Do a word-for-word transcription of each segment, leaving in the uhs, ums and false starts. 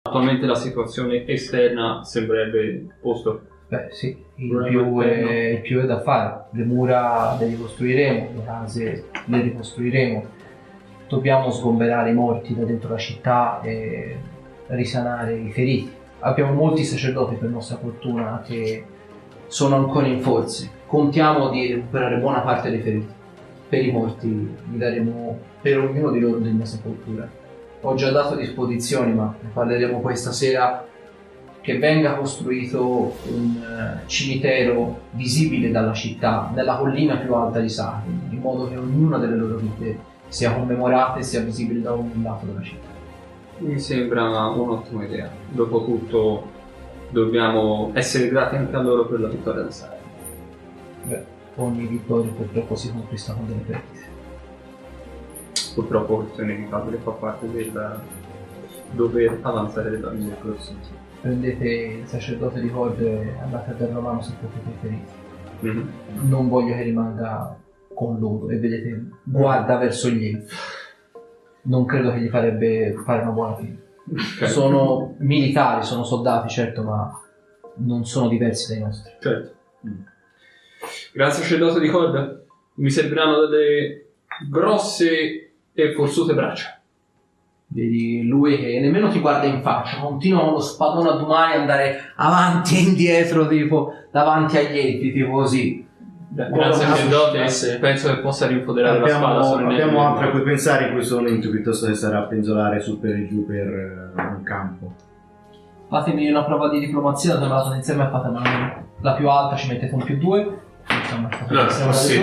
Attualmente la situazione esterna sembrerebbe posto. Beh sì, il più, è, il più è da fare. Le mura le ricostruiremo, le case le ricostruiremo. Dobbiamo sgomberare i morti da dentro la città e risanare i feriti. Abbiamo molti sacerdoti, per nostra fortuna, che sono ancora in forze. Contiamo di recuperare buona parte dei feriti. Per i morti gli daremo per ognuno di loro della sepoltura. Ho già dato disposizioni, ma ne parleremo poi stasera, che venga costruito un uh, cimitero visibile dalla città, nella collina più alta di Sahin, in modo che ognuna delle loro vite sia commemorata e sia visibile da ogni lato della città. Mi sembra un'ottima idea. Dopotutto dobbiamo essere grati anche a loro per la vittoria del Sahin. Beh, ogni vittoria purtroppo si conquista con delle perdite. Purtroppo questo è inevitabile, fa parte del dover avanzare nel corso. Prendete il sacerdote di Horde e andate a dare una mano se potete i feriti. Mm-hmm. Non voglio che rimanga con loro e vedete, guarda verso gli elfi. Non credo che gli farebbe fare una buona fine. Okay. Sono militari, sono soldati, certo, ma non sono diversi dai nostri. Certo. Mm. Grazie sacerdote di Horde. Mi serviranno delle grosse e forzute braccia. Vedi lui che nemmeno ti guarda in faccia, continua con lo spadone a domani ad andare avanti e indietro, tipo davanti agli elfi, tipo così. Grazie sacerdote, penso che possa rinfoderare abbiamo, la spada. Abbiamo altro a cui pensare in questo momento piuttosto che stare a penzolare su per e giù per uh, un campo. Fatemi una prova di diplomazia, da lato insieme e fate una, la più alta ci mettete un più due. Insomma, no, sì.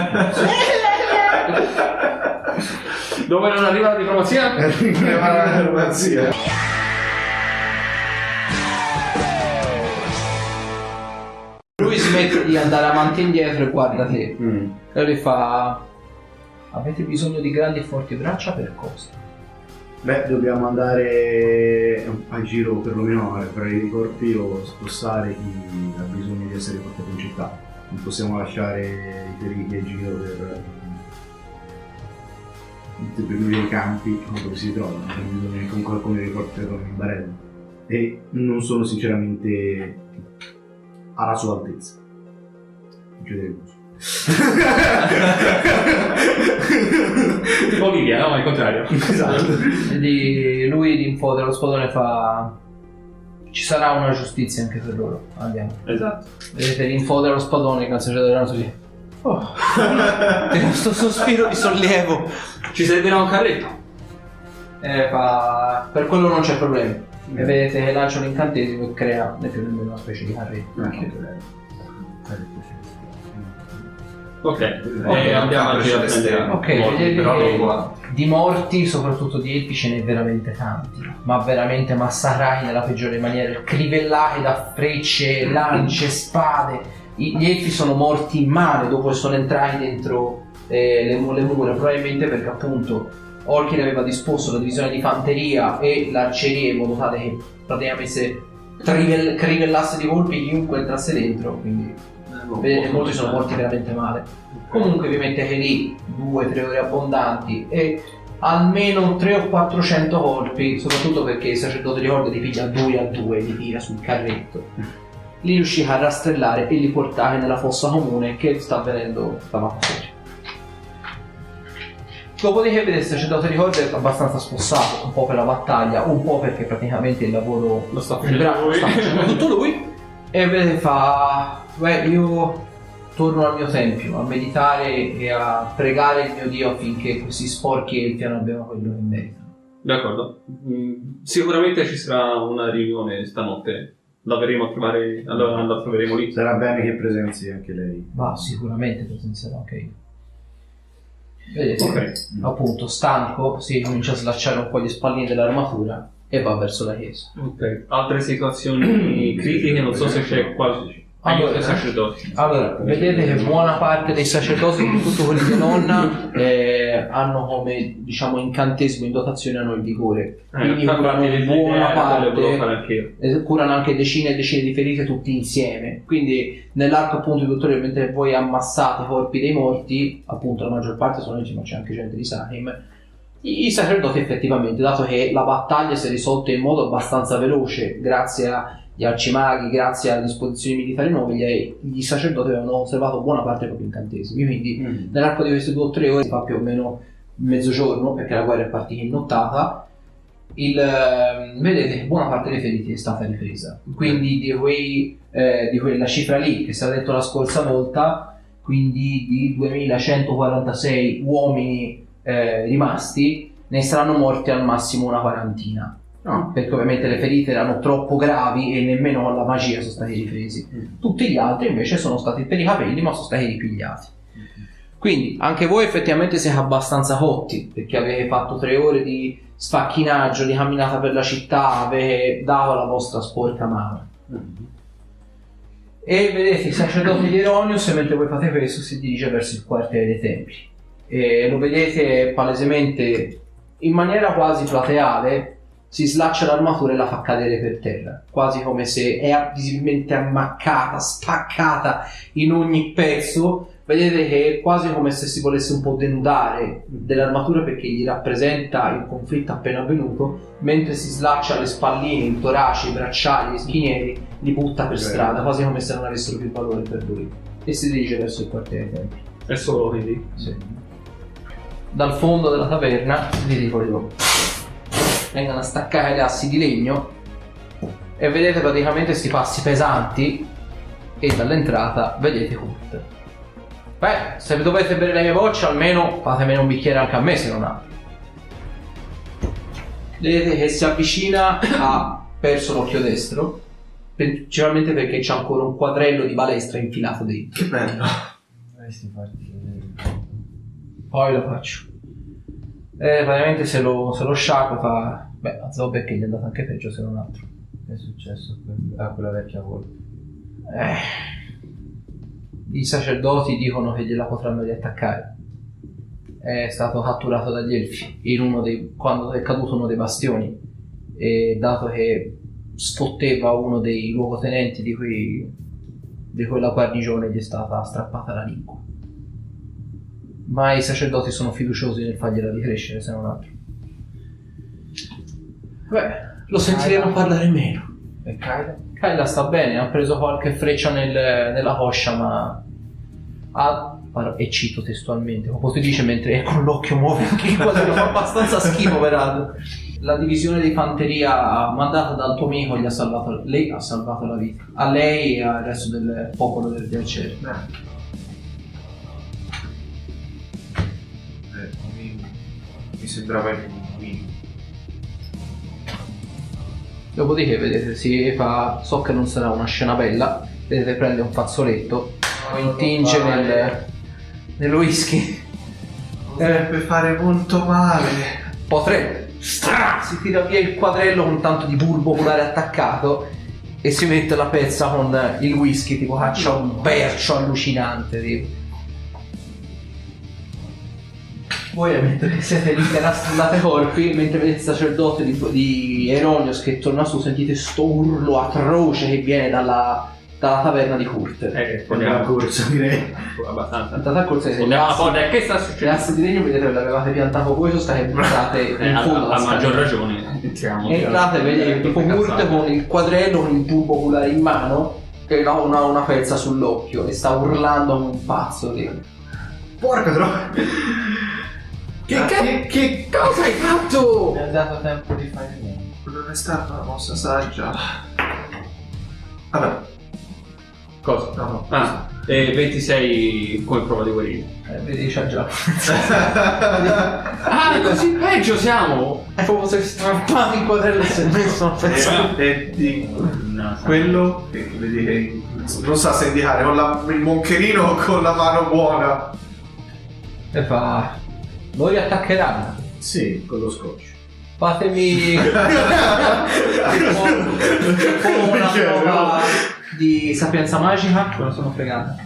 Dove non arriva la diplomazia? Arriva la diplomazia. Lui si mette di andare avanti e indietro e guarda te. Mm. E lui fa: avete bisogno di grandi e forti braccia per cosa? Beh, dobbiamo andare a giro perlomeno a recuperare i corpi o spostare chi ha bisogno di essere portato in città. Non possiamo lasciare i feriti a giro per per i campi dove si trovano, abbiamo bisogno con qualcuno che porterlo in barella e non sono sinceramente alla sua altezza. Tipo Livia, no? Al contrario. Esatto. Vedi, lui rinfodera lo spadone e fa: ci sarà una giustizia anche per loro, andiamo. Esatto. Vedete, rinfodera lo spadone, canzone del così. Oh, questo sospiro di sollievo. Ci servirà un carretto. Eh, fa... Per quello non c'è problema. Mm. E vedete che lancia un incantesimo e crea né più nemmeno una specie di carretto. Ah, ok, okay. E andiamo anche a prendere. Ok, morti, però di morti, soprattutto di elfi, ce n'è veramente tanti. Ma veramente massacrati nella peggiore maniera, crivellati da frecce, lance, spade. Gli elfi sono morti male dopo che sono entrati dentro eh, le, le mura, probabilmente perché appunto Orkin aveva disposto la divisione di fanteria e l'arceria in modo tale che praticamente trivel, crivellasse di colpi chiunque entrasse dentro, quindi eh, vedete molti sono morti veramente male. Comunque vi mettete lì due o tre ore abbondanti e almeno trecento o quattrocento colpi, soprattutto perché il sacerdote di Horde li piglia due a due e li tira sul carretto. Li riuscite a rastrellare e li portate nella fossa comune che sta avvenendo stamattina. Dopodiché vedete il sacerdote di Horde è abbastanza spossato, un po' per la battaglia, un po' perché praticamente il lavoro lo sta facendo lui. Sta facendo tutto lui. E vedete fa: beh, io torno al mio tempio a meditare e a pregare il mio Dio affinché questi sporchi elfi abbiano quello che meritano. D'accordo. Mm, sicuramente ci sarà una riunione stanotte. La verremo a trovare, allora la troveremo lì. Sarà bene che presenzi anche lei. Ma sicuramente presenzierò anche io. Vedete, okay. Appunto, stanco, si comincia a slacciare un po' gli spallini dell'armatura e va verso la chiesa. Ok. Altre situazioni critiche, non so se c'è qualche. Allora, allora, vedete che buona parte dei sacerdoti, soprattutto quelli di nonna, eh, hanno come, diciamo, incantesimo in dotazione hanno il vigore. Quindi eh, curano buona parte, eh, curano anche decine e decine di ferite tutti insieme. Quindi nell'arco appunto di dottore, mentre voi ammassate i corpi dei morti, appunto la maggior parte sono elfi, ma c'è anche gente di Saheim, I, i sacerdoti effettivamente, dato che la battaglia si è risolta in modo abbastanza veloce grazie agli arcimaghi, grazie alle disposizioni militari nuove, gli, gli sacerdoti avevano conservato buona parte dei propri incantesimi, quindi mm. nell'arco di queste due o tre ore si fa più o meno mezzogiorno, perché la guerra è partita in nottata. Il, eh, vedete che buona parte dei feriti è stata ripresa, quindi di, quei, eh, di quella cifra lì che si è detto la scorsa volta, quindi di duemilacentoquarantasei uomini eh, rimasti, ne saranno morti al massimo una quarantina, no? Perché ovviamente le ferite erano troppo gravi e nemmeno con la magia sono stati ripresi. Mm. Tutti gli altri invece sono stati per i capelli, ma sono stati ripigliati. Quindi anche voi effettivamente siete abbastanza cotti, perché avete fatto tre ore di sfacchinaggio, di camminata per la città, avete dato la vostra sporca mano. Mm-hmm. E vedete il sacerdote di Eronius, mentre voi fate questo, si dirige verso il quartiere dei templi. E lo vedete palesemente, in maniera quasi plateale, si slaccia l'armatura e la fa cadere per terra, quasi come se è visibilmente ammaccata, spaccata in ogni pezzo. Vedete che è quasi come se si volesse un po' denudare dell'armatura, perché gli rappresenta il conflitto appena avvenuto, mentre si slaccia le spalline, il torace, i bracciali, gli schinieri, li butta per strada, quasi come se non avessero più valore per lui, e si dirige verso il quartiere dei templi. È solo quindi? Sì. Dal fondo della taverna vi dico io, vengono a staccare gli assi di legno e vedete praticamente questi passi pesanti, e dall'entrata vedete Kurt. Beh, se dovete bere le mie bocce, almeno fatemene un bicchiere anche a me, se non altro. Vedete che si avvicina, ha perso l'occhio destro, principalmente perché c'è ancora un quadrello di balestra infilato dentro. Che bello. Poi lo faccio. E praticamente se lo, se lo sciacqua fa... Beh, a Zob perché gli è andato anche peggio, se non altro. Che è successo a quella vecchia volta? Eh... I sacerdoti dicono che gliela potranno riattaccare. È stato catturato dagli elfi in uno dei, quando è caduto uno dei bastioni, e dato che sfotteva uno dei luogotenenti di, cui, di quella guarnigione, gli è stata strappata la lingua. Ma i sacerdoti sono fiduciosi nel fargliela ricrescere, se non altro. Beh, lo sentiremo parlare meno. E Kyla? Kyla sta bene, ha preso qualche freccia nel, nella coscia, ma ha, e cito testualmente, come si dice mentre è con l'occhio muove anche il quadro, fa abbastanza schifo peraltro. La divisione di fanteria mandata dal tuo amico gli ha salvato, lei ha salvato la vita, a lei e al resto del popolo del Diacere. Eh, mi, mi sembrava il qui. Dopodiché vedete, si fa, so che non sarà una scena bella, vedete prende un fazzoletto, lo intinge nel, nel whisky. Potrebbe fare molto male. Potrebbe. Stra! Si tira via il quadrello con tanto di bulbo oculare attaccato e si mette la pezza con il whisky, tipo caccia un bercio allucinante. Tipo. Voi mentre siete lì che rastrellate corpi, mentre vedete il sacerdote di, di Eronius che torna su, sentite sto urlo atroce che viene dalla, dalla taverna di Kurt. Eh, Andiamo a corsa, direi. Abbastanza. Andate a corsa, Andiamo a porre, che sta le succedendo? assi di legno vedete che l'avevate piantato voi, sono state buttate Eh, in fondo a, a alla maggior scaletta. ragione. Entriamo. Entrate, vedete tipo Kurt con il quadrello, con il bulbo oculare in mano, che ha una, una pezza sull'occhio e sta urlando come un pazzo lì. Porca troia! Che, che, che cosa hai fatto? Mi ha dato tempo di fare niente. Non è stata una mossa saggia. Vabbè. Cosa? No, no. Ah, e ventisei come prova di guarire. Eh, vedi, c'ha già. Ah, così peggio siamo! È proprio se strappato il quadrello e si è messo una pezza. E di quello che vedi che non sa se indicare con la, il moncherino o con la mano buona. E fa... Lo riattaccheranno. Sì, con lo scotch. Fatemi un po' una prova di sapienza magica. Me lo sono fregato.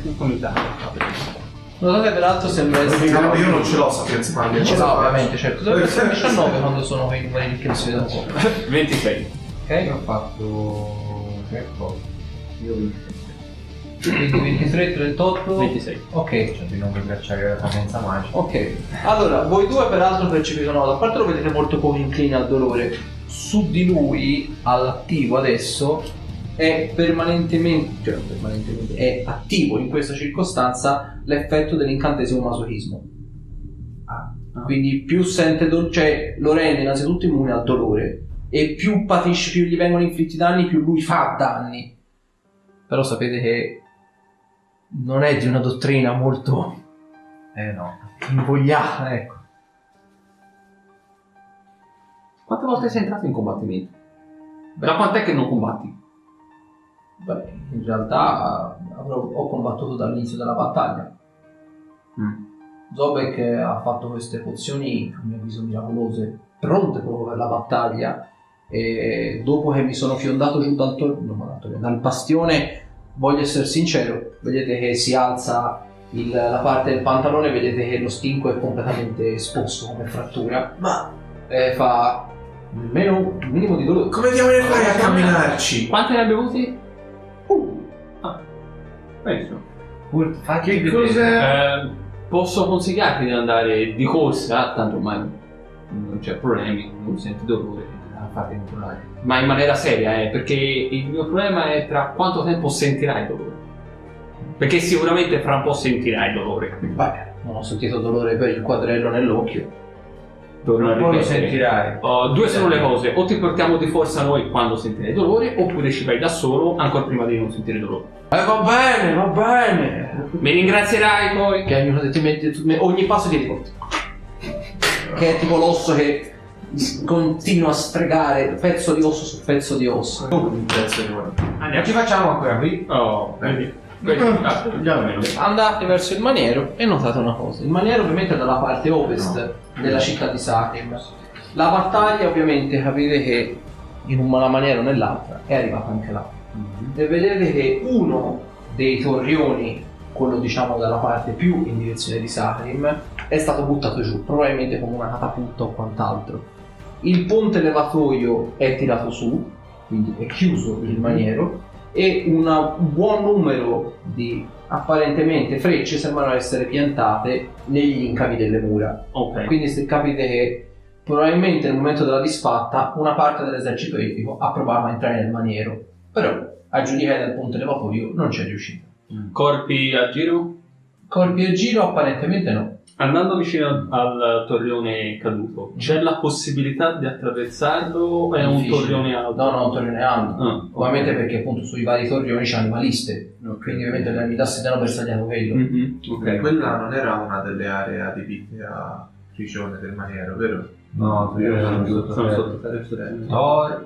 Notate peraltro sembra essere... No, io non ce l'ho sapienza magica. Ce l'ho ovviamente, certo. Dove sono diciannove quando sono quei numeri che non si vedono un po'. ventisei. Ok? Ho fatto... che cosa? Io vinco. Quindi ventitré, trentotto, ventisei. Ok. Cioè di non rintracciare la potenza magica. Ok. Allora, voi due peraltro percepite, da parte lo vedete molto poco incline al dolore. Su di lui, all'attivo adesso, è permanentemente, cioè permanentemente, è attivo in questa circostanza l'effetto dell'incantesimo masochismo. Ah. Quindi più sente dolore, cioè lo rende innanzitutto immune al dolore. E più patisce, più gli vengono inflitti danni, più lui fa danni. Però sapete che non è di una dottrina molto Eh no. invogliata, ecco. Quante volte sei entrato in combattimento? Da quant'è che non combatti? Beh, in realtà avrò, ho combattuto dall'inizio della battaglia. Mm. Zobek ha fatto queste pozioni, a mio avviso, miracolose, pronte proprio per la battaglia. E dopo che mi sono fiondato giù dal, tor- no, dal, dal bastione, voglio essere sincero, vedete che si alza il, la parte del pantalone, vedete che lo stinco è completamente esposto come frattura, ma eh, fa almeno un minimo di dolore. Come diamine fai a camminarci? Quanti ne hai bevuti? Uh. Ah. Benissimo. Che cos'è? Eh, posso consigliarti di andare di corsa, tanto ormai non c'è problemi, non senti dolore. Fate controllare. Ma in maniera seria, eh, perché il mio problema è tra quanto tempo sentirai dolore. Perché sicuramente fra un po' sentirai dolore. Beh, non ho sentito dolore per il quadrello nell'occhio. Torno a Poi lo ripetere. sentirai. Oh, due sono le cose: o ti portiamo di forza noi quando sentirai dolore, oppure ci vai da solo ancora prima di non sentire dolore. Eh, va bene, va bene. Mi ringrazierai poi. Che ogni, ti metti- ogni passo ti ricordi. Che è tipo l'osso che continua a stregare pezzo di osso su pezzo di osso. Un pezzo di ora. Non ci facciamo ancora qui. Oh, vedi. Vedi? Ah, già almeno. Andate verso il maniero e notate una cosa. Il maniero ovviamente è dalla parte ovest della città di Sarim. La battaglia ovviamente capite che in una maniera o nell'altra è arrivata anche là. E vedete che uno dei torrioni, quello diciamo dalla parte più in direzione di Sarim, è stato buttato giù, probabilmente come una catapulta o quant'altro. Il ponte levatoio è tirato su, quindi è chiuso il maniero, e una- un buon numero di apparentemente frecce sembrano essere piantate negli incavi delle mura. Ok. Quindi se capite che probabilmente nel momento della disfatta una parte dell'esercito elfico ha provato a entrare nel maniero, però a giudicare dal ponte levatoio non c'è riuscito. Corpi a giro? Corpi a giro apparentemente no. Andando vicino al torrione caduto, c'è la possibilità di attraversarlo o è un Difficile. torrione alto? No, no, un torrione alto. Ah, Ovviamente ok. perché appunto sui vari torrioni c'hanno le liste, quindi ovviamente le unità si danno per tagliato quello. Mhm, ok. Quella non era una delle aree adibite a prigione del maniero, vero? No, io sono giusto. Sono sotto Thor.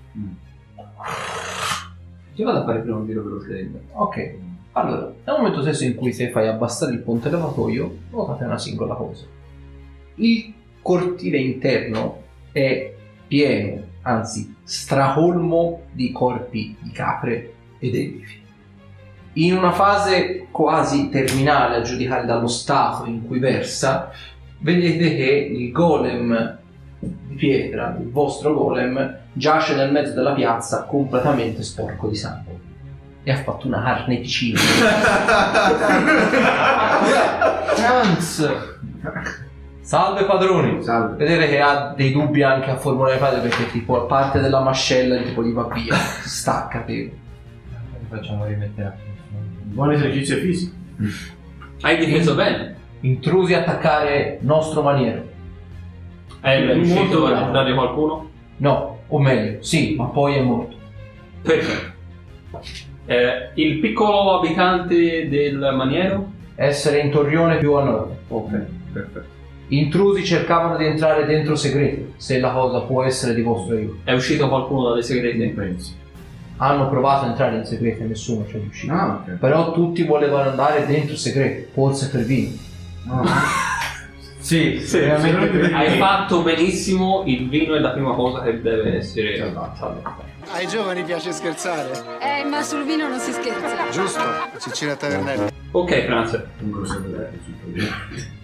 Ti vado a fare prima un giro veloce. Ok, allora, nel momento stesso in cui se fai abbassare il ponte levatoio, notate una singola cosa. Il cortile interno è pieno, anzi stracolmo di corpi di capre ed elfi. In una fase quasi terminale, a giudicare dallo stato in cui versa, vedete che il golem di pietra, il vostro golem, giace nel mezzo della piazza completamente sporco di sangue e ha fatto una carneficina. Franz! Salve padroni! Salve. Vedete che ha dei dubbi anche a formulare frase perché tipo parte della mascella tipo gli va via, stacca tipo. Facciamo rimettere a posto. Buon esercizio fisico. Hai difeso bene. Intrusi a attaccare nostro maniero. È Molto riuscito a bravo. catturare qualcuno? No, o meglio, sì, ma poi è morto. Perfetto. Eh, il piccolo abitante del maniero? Essere in torrione più a nord. Ok, perfetto. Intrusi cercavano di entrare dentro segreti, se la cosa può essere di vostro aiuto. È uscito qualcuno dalle segrete? Penso. Hanno provato a entrare in segreto e nessuno ci è riuscito. Ah, ok. Però tutti volevano andare dentro segreto, forse per vino. No. Sì, Sì, veramente per Hai fatto benissimo, il vino è la prima cosa che deve essere Ai giovani piace scherzare. Eh, ma sul vino non si scherza. Giusto, Cicina Tavernelli. Ok, Franz. Non me lo so vedere sul problema.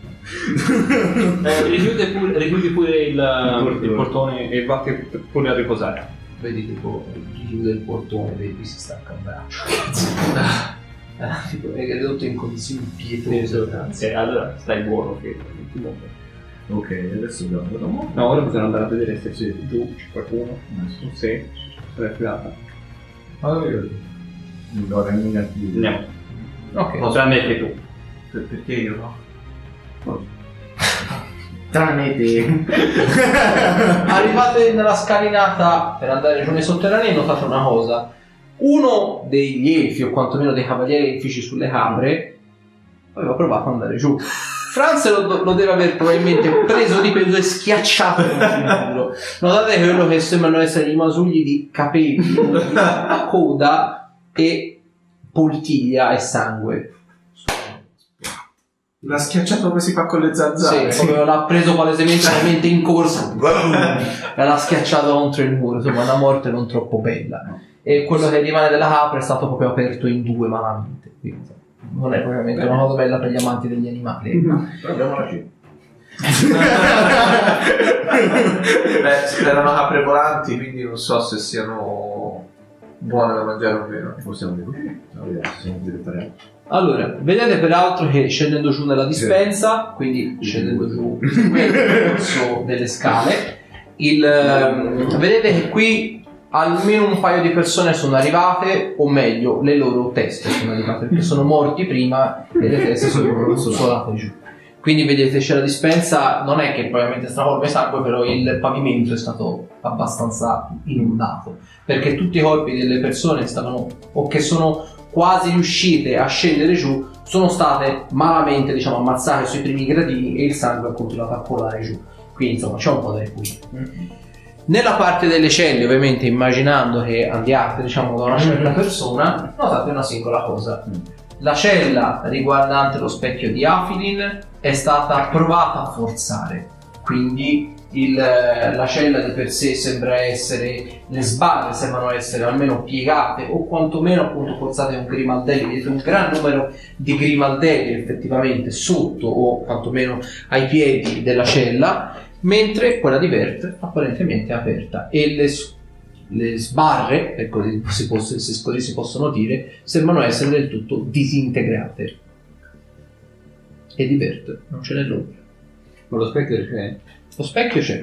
Eh, richiudi pure, richiudi pure il, portone. il portone e vatti pure a riposare. Vedi tipo chi chiude il portone, vedi si stacca un braccio. Tipo, è ridotto in condizioni pietose. Eh, allora stai buono che Ok, adesso dobbiamo. no, ora bisogna andare a vedere se c'è giù c'è qualcuno. Su se è affidata. Allora, Andiamo. Ok. Tranne che tu. Per- Perché io no? Tranne te. Arrivate nella scalinata per andare giù nei sotterranei, notate una cosa. Uno degli elfi, o quantomeno dei cavalieri elfici sulle capre, aveva provato ad andare giù. Franz lo, lo deve aver probabilmente preso di peso e schiacciato sul muro. Notate quello che sembrano essere i masugli di capelli, coda e poltiglia e sangue. L'ha schiacciato come si fa con le zanzare. Sì, proprio l'ha preso palesemente in corsa e l'ha schiacciato contro il muro. Insomma, una morte non troppo bella. E quello che rimane della capra è stato proprio aperto in due malamente. Quindi non è propriamente una cosa bella per gli amanti degli animali. Però abbiamo la cena. Beh, erano capre volanti, quindi non so se siano buone da mangiare o meno. Possiamo vedere. Vediamo se siamo direttamente. Allora, vedete peraltro che scendendo giù nella dispensa, quindi scendendo giù seguendo il percorso delle scale, il, ehm, vedete che qui almeno un paio di persone sono arrivate, o meglio, le loro teste sono arrivate, perché sono morti prima e le teste sono solate giù. Quindi vedete c'è la dispensa, non è che probabilmente stracolme sangue, però il pavimento è stato abbastanza inondato, perché tutti i corpi delle persone stavano, o che sono quasi riuscite a scendere giù, sono state malamente, diciamo, ammazzate sui primi gradini e il sangue ha continuato a colare giù. Quindi insomma c'è un po' da requisito. Nella parte delle celle, ovviamente, immaginando che andiate, diciamo, da una certa persona, notate una singola cosa. La cella riguardante lo specchio di Afilin è stata provata a forzare, quindi il, la cella di per sé sembra essere, le sbarre sembrano essere almeno piegate o quantomeno appunto forzate con grimaldelli. Vedete un gran numero di grimaldelli effettivamente sotto o quantomeno ai piedi della cella, mentre quella di Vert apparentemente è aperta e le, le sbarre, per così si, posso, se così si possono dire, sembrano essere del tutto disintegrate. E di Vert non ce n'è l'ombra. Ma lo specchio c'è? Lo specchio c'è.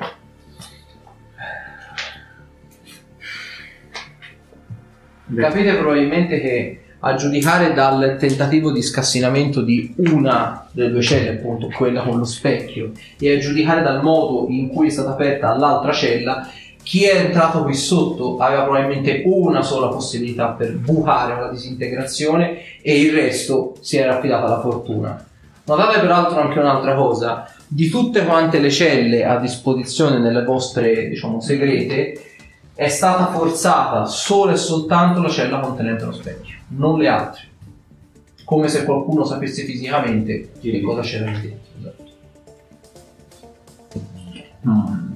Capite probabilmente che, a giudicare dal tentativo di scassinamento di una delle due celle, appunto quella con lo specchio, e a giudicare dal modo in cui è stata aperta l'altra cella, chi è entrato qui sotto aveva probabilmente una sola possibilità per bucare una disintegrazione e il resto si era affidato alla fortuna. Notate peraltro anche un'altra cosa: di tutte quante le celle a disposizione nelle vostre, diciamo, segrete, è stata forzata solo e soltanto la cella contenente lo specchio, non le altre, come se qualcuno sapesse fisicamente che cosa c'era lì dentro. Esatto. Mm.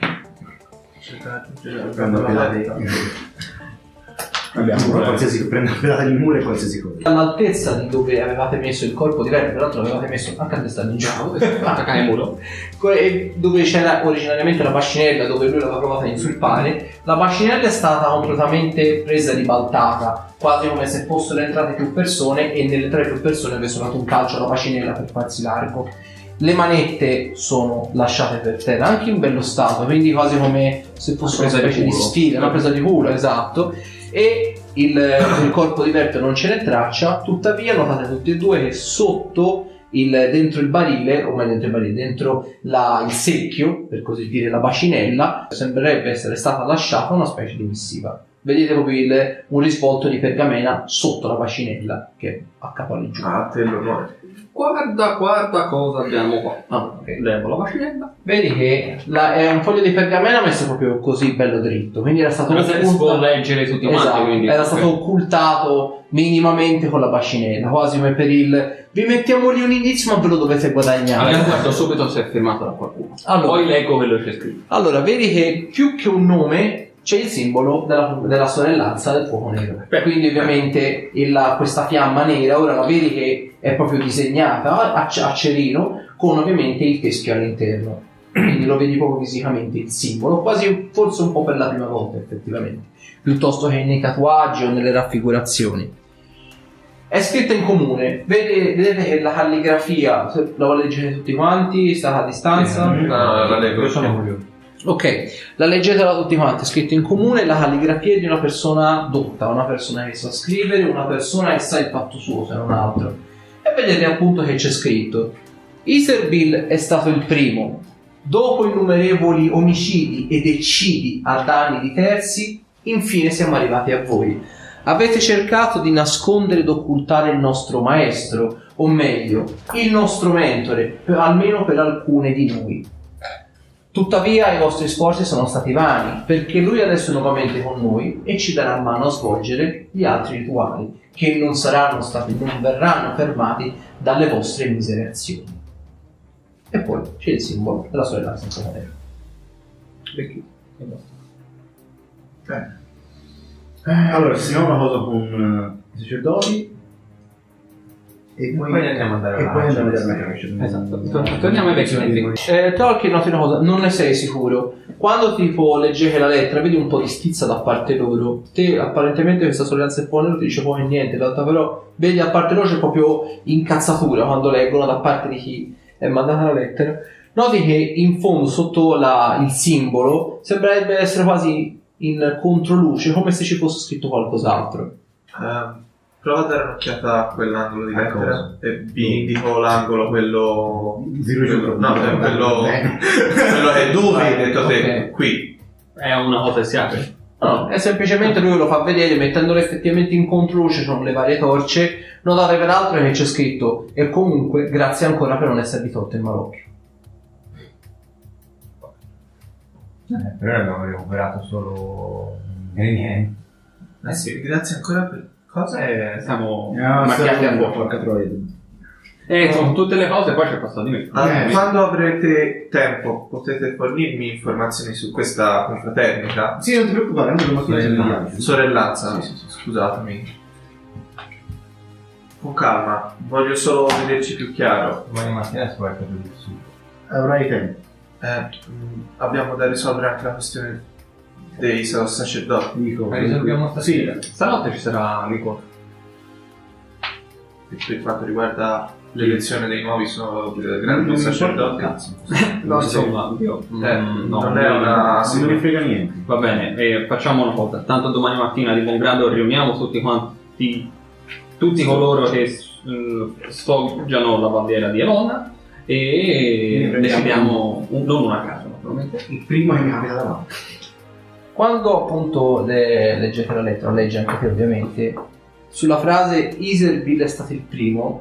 Prendo pedate. Abbiamo qualsiasi, prendo pedate di muro e qualsiasi cosa. All'altezza di dove avevate messo il corpo di Vert, peraltro l'avevate messo anche a testa di giù, Attaccare il muro. dove c'era originariamente la bacinella dove lui l'aveva provata a insulpare. La bacinella è stata completamente presa e ribaltata, quasi come se fossero entrate più persone e nelle tre più persone avessero dato un calcio alla bacinella per farsi largo. Le manette sono lasciate per terra, anche in bello stato, quindi quasi come se fosse una specie di sfida, una presa di culo, esatto. E il, il corpo di Vert non ce n'è traccia, tuttavia notate tutti e due che sotto il, dentro il barile, o meglio dentro il barile, dentro la, il secchio, per così dire, la bacinella, sembrerebbe essere stata lasciata una specie di missiva. Vedete proprio il, un risvolto di pergamena sotto la bacinella che a capo giù. Ah, te lo vuoi. Guarda, guarda cosa abbiamo qua. Ah, ok. Levo la bacinella. Vedi che la, è un foglio di pergamena messo proprio così bello dritto, quindi era stato Non si può leggere tutti quanti, esatto, quindi era stato occultato minimamente con la bacinella, quasi come per il vi mettiamo lì un indizio ma ve lo dovete guadagnare. Allora guardo subito se è firmato da qualcuno. Allora, Poi leggo quello che c'è scritto. allora vedi che più che un nome c'è il simbolo della, della sorellanza del fuoco nero. Beh. Quindi ovviamente il, questa fiamma nera ora la vedi che è proprio disegnata a, a cerino con ovviamente il teschio all'interno. Quindi lo vedi proprio fisicamente il simbolo, quasi forse un po' per la prima volta effettivamente, piuttosto che nei tatuaggi o nelle raffigurazioni. È scritta in comune. Vede- vedete che la calligrafia, se la leggete tutti quanti, sta a distanza. No, no, la leggo. Io sono curioso. Ok, la leggetela tutti quanti, è scritto in comune. La calligrafia è di una persona dotta, una persona che sa scrivere, una persona che sa il fatto suo, se non altro. E vedete appunto che c'è scritto: Iserbil è stato il primo, dopo innumerevoli omicidi ed eccidi a danni di terzi, infine siamo arrivati a voi. Avete cercato di nascondere ed occultare il nostro maestro, o meglio, il nostro mentore, per- almeno per alcune di noi. Tuttavia i vostri sforzi sono stati vani, perché lui adesso è nuovamente con noi e ci darà mano a svolgere gli altri rituali, che non saranno stati, non verranno fermati dalle vostre misere azioni. E poi c'è il simbolo della sorella senza potere. Perché? E basta. Eh. Allora, sistemiamo una cosa con eh, i sacerdoti e poi, poi andiamo a andare e poi avanti. andiamo a vedere la Esatto. Tor- Torniamo ai vecchi. Eh, Tolkien noti una cosa, non ne sei sicuro. Quando tipo leggete la lettera, vedi un po' di stizza da parte loro. Te apparentemente questa sorellanza è buona, non ti dice poi niente, in realtà però vedi a parte loro c'è proprio incazzatura quando leggono da parte di chi è mandata la lettera. Noti che in fondo sotto la, il simbolo sembrerebbe essere quasi in controluce, come se ci fosse scritto qualcos'altro. Ehm, prova a dare un'occhiata a quell'angolo di A lettera cosa? e vi indico l'angolo, quello... Zero quello no, è quello, Bene. quello che dove hai detto te, Ok. qui. È una cosa che si apre. No, è semplicemente lui lo fa vedere mettendolo effettivamente in controluce, sono le varie torce. Notate peraltro che c'è scritto: e comunque grazie ancora per non esservi tolto il malocchio. Eh, per ora abbiamo recuperato solo ingredienti. Eh sì, grazie ancora per... Cosa? Eh, siamo Ah, macchiati a stiamo- fuoco. porca troia. Eh, sono tutte le cose, poi c'è passato di me. Ah, Eh. quando avrete tempo potete fornirmi informazioni su questa confraternita? Sì, non ti preoccupare, noi dobbiamo Sorellanza. sorellanza. Sorellanza, Sì, sì, sì. scusatemi. Con calma, voglio solo vederci più chiaro. Domani mattina si può essere più su. Avrai tempo. Eh, mh, abbiamo da risolvere anche la questione dei sacerdoti. Dico. Ma risolviamo stasera. Stanotte ci sarà l'incontro. Per quanto riguarda l'elezione dei nuovi so- Non grandi mi sacerdoti. importa un cazzo. No, insomma, io, Eh, mm, no, non è una... Non me ne frega niente. Va bene, eh, facciamo una cosa. Tanto domani mattina di buon grado riuniamo tutti quanti, tutti coloro che eh, sfoggiano la bandiera di Elona e Quindi decidiamo, un- non una casa naturalmente. Il primo che mi capita davanti. Quando appunto le- leggete la lettera, legge anche te ovviamente, sulla frase Iserbil è stato il primo,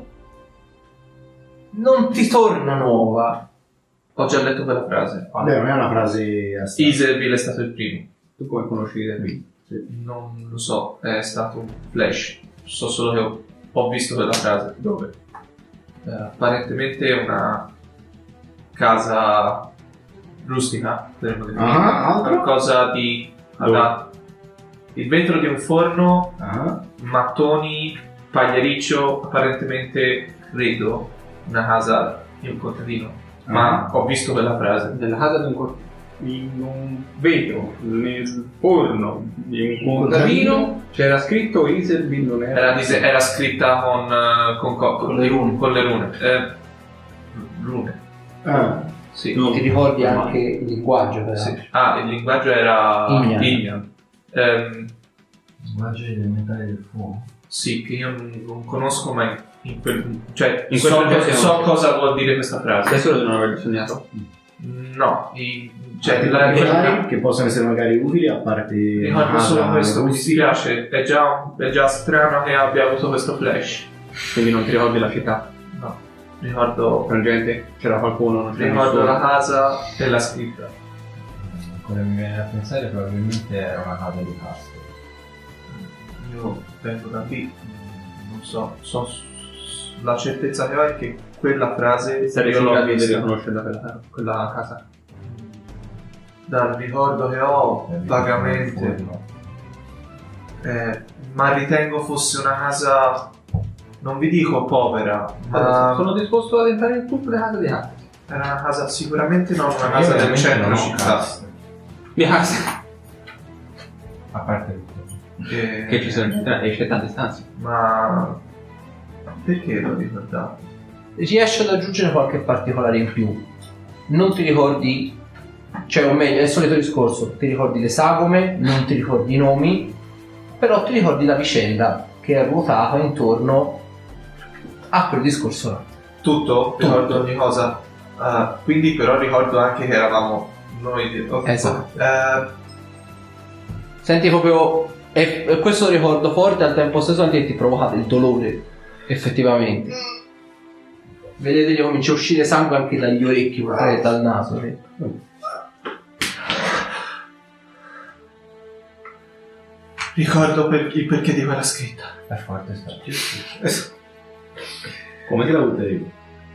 non ti torna nuova. Ho già letto quella frase. Beh, non è una frase astratta. Iserville è stato il primo. Tu come conosci Iserbil? Non lo so, è stato un flash. So solo che ho, ho visto quella frase. Dove? Eh, apparentemente è una casa rustica, potremmo dire. Ah, altro? Qualcosa di adatto. Il vetro di un forno, Ah, mattoni, pagliericcio, apparentemente credo una casa di un contadino. Ma ho visto quella frase. Nella casa di un, cor- in un vetro, nel forno di un contadino c'era scritto Iserbil non era... Era, dise- era scritta con, eh, con, co- Con le rune. Con le rune. Eh, rune. ah. Sì. No. Ti ricordi anche il linguaggio, però. Sì. Ah, il linguaggio era Ignan. Ignan. Ehm, Immagini del metallo del fuoco. sì, che io non, non conosco mai. In quel, cioè, In so, quel so, senso- cosa vuol dire questa frase. Sei solo di non averlo sognato? No, i, cioè, Cioè, la, particolari che possono essere magari utili a parte ricordo una solo casa questo, mi rustica. dispiace. È già, è già strano che abbia avuto questo flash. Quindi non ti ricordi la città? No, ricordo, Frangente? C'era qualcuno? Non c'era ricordo nessuno? la casa e la scritta. Quello che mi viene a pensare probabilmente era una casa di casto. Io vengo da qui, non so, so la certezza che ho è che quella frase Saresti io in l'ho grado di vista. riconoscerla quella, quella casa? Dal ricordo che ho vagamente, eh, ma ritengo fosse una casa, non vi dico povera, ma Sono disposto ad entrare in tutte le case di altri. era una casa, sicuramente non una casa del centro città. Di case A parte tutto. Eh, che ci sono, eh, c'è tante stanze. ma Perché l'ho ricordato? Riesci ad aggiungere qualche particolare in più. Non ti ricordi, cioè o meglio, è il solito discorso, ti ricordi le sagome, non ti ricordi i nomi, però ti ricordi la vicenda che è ruotata intorno a quel discorso là. Tutto? Ricordo ogni cosa. Uh, quindi però ricordo anche che eravamo noi... Okay. Esatto. Uh, Senti proprio, e, e questo ricordo forte al tempo stesso anche ti provoca del dolore, effettivamente. Vedete che comincia a uscire sangue anche dagli orecchi, magari dal naso. Sì. ricordo per, il perché di quella scritta. È forte sta. Come che la buttevi?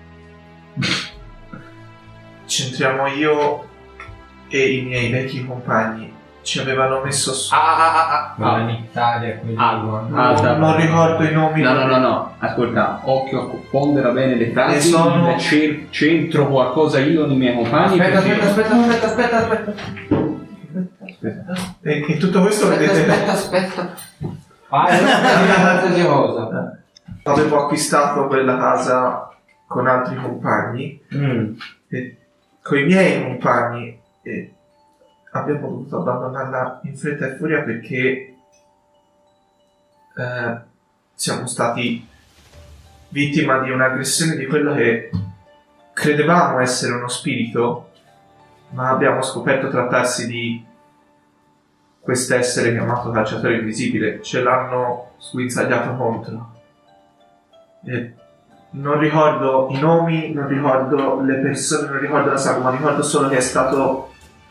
C'entriamo io e i miei vecchi compagni. Ci avevano messo su. Ah, ah, ah, Quella ah. in Italia, quelli Ah, no. ah, non, non ricordo i nomi. No, no, no, no, ascolta, occhio, pondera bene le frasi, Ne sono- cer- c'entro qualcosa io nei miei compagni. Aspetta, perché- aspetta, aspetta, aspetta, aspetta, aspetta. E in tutto questo Aspetta, vedete. aspetta, aspetta. Ah, è una qualsiasi cosa. Avevo acquistato quella casa con altri compagni. Mm. E con i miei compagni. E abbiamo dovuto abbandonarla in fretta e furia perché eh, siamo stati vittima di un'aggressione di quello che credevamo essere uno spirito, ma abbiamo scoperto trattarsi di quest'essere chiamato cacciatore invisibile. Ce l'hanno sguinzagliato contro. E non ricordo i nomi, non ricordo le persone, non ricordo la saga, ma ricordo solo che è stato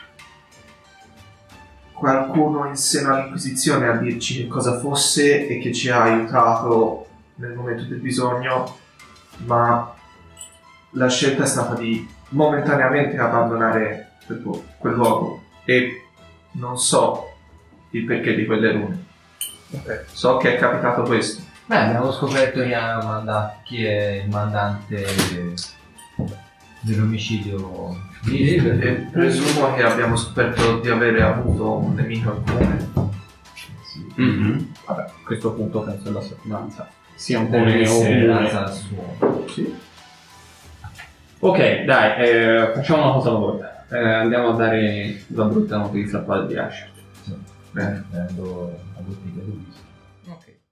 qualcuno in seno all'Inquisizione a dirci che cosa fosse e che ci ha aiutato nel momento del bisogno, ma la scelta è stata di momentaneamente abbandonare quel, po- quel luogo e non so il perché di quelle rune. So che è capitato questo. Beh, abbiamo scoperto chi ha mandato, chi è il mandante dell'omicidio di River. E presumo che abbiamo scoperto di avere avuto un nemico in comune. Mhm. Vabbè, a questo punto penso che la sorveglianza sia un po' Deve meno essere comune. razza al suo. Sì. Ok, dai, eh, facciamo una cosa alla volta. Eh, andiamo a dare la brutta notizia al padre di Asher. Sì. Beh, prendo la bottiglia di whisky. Ok.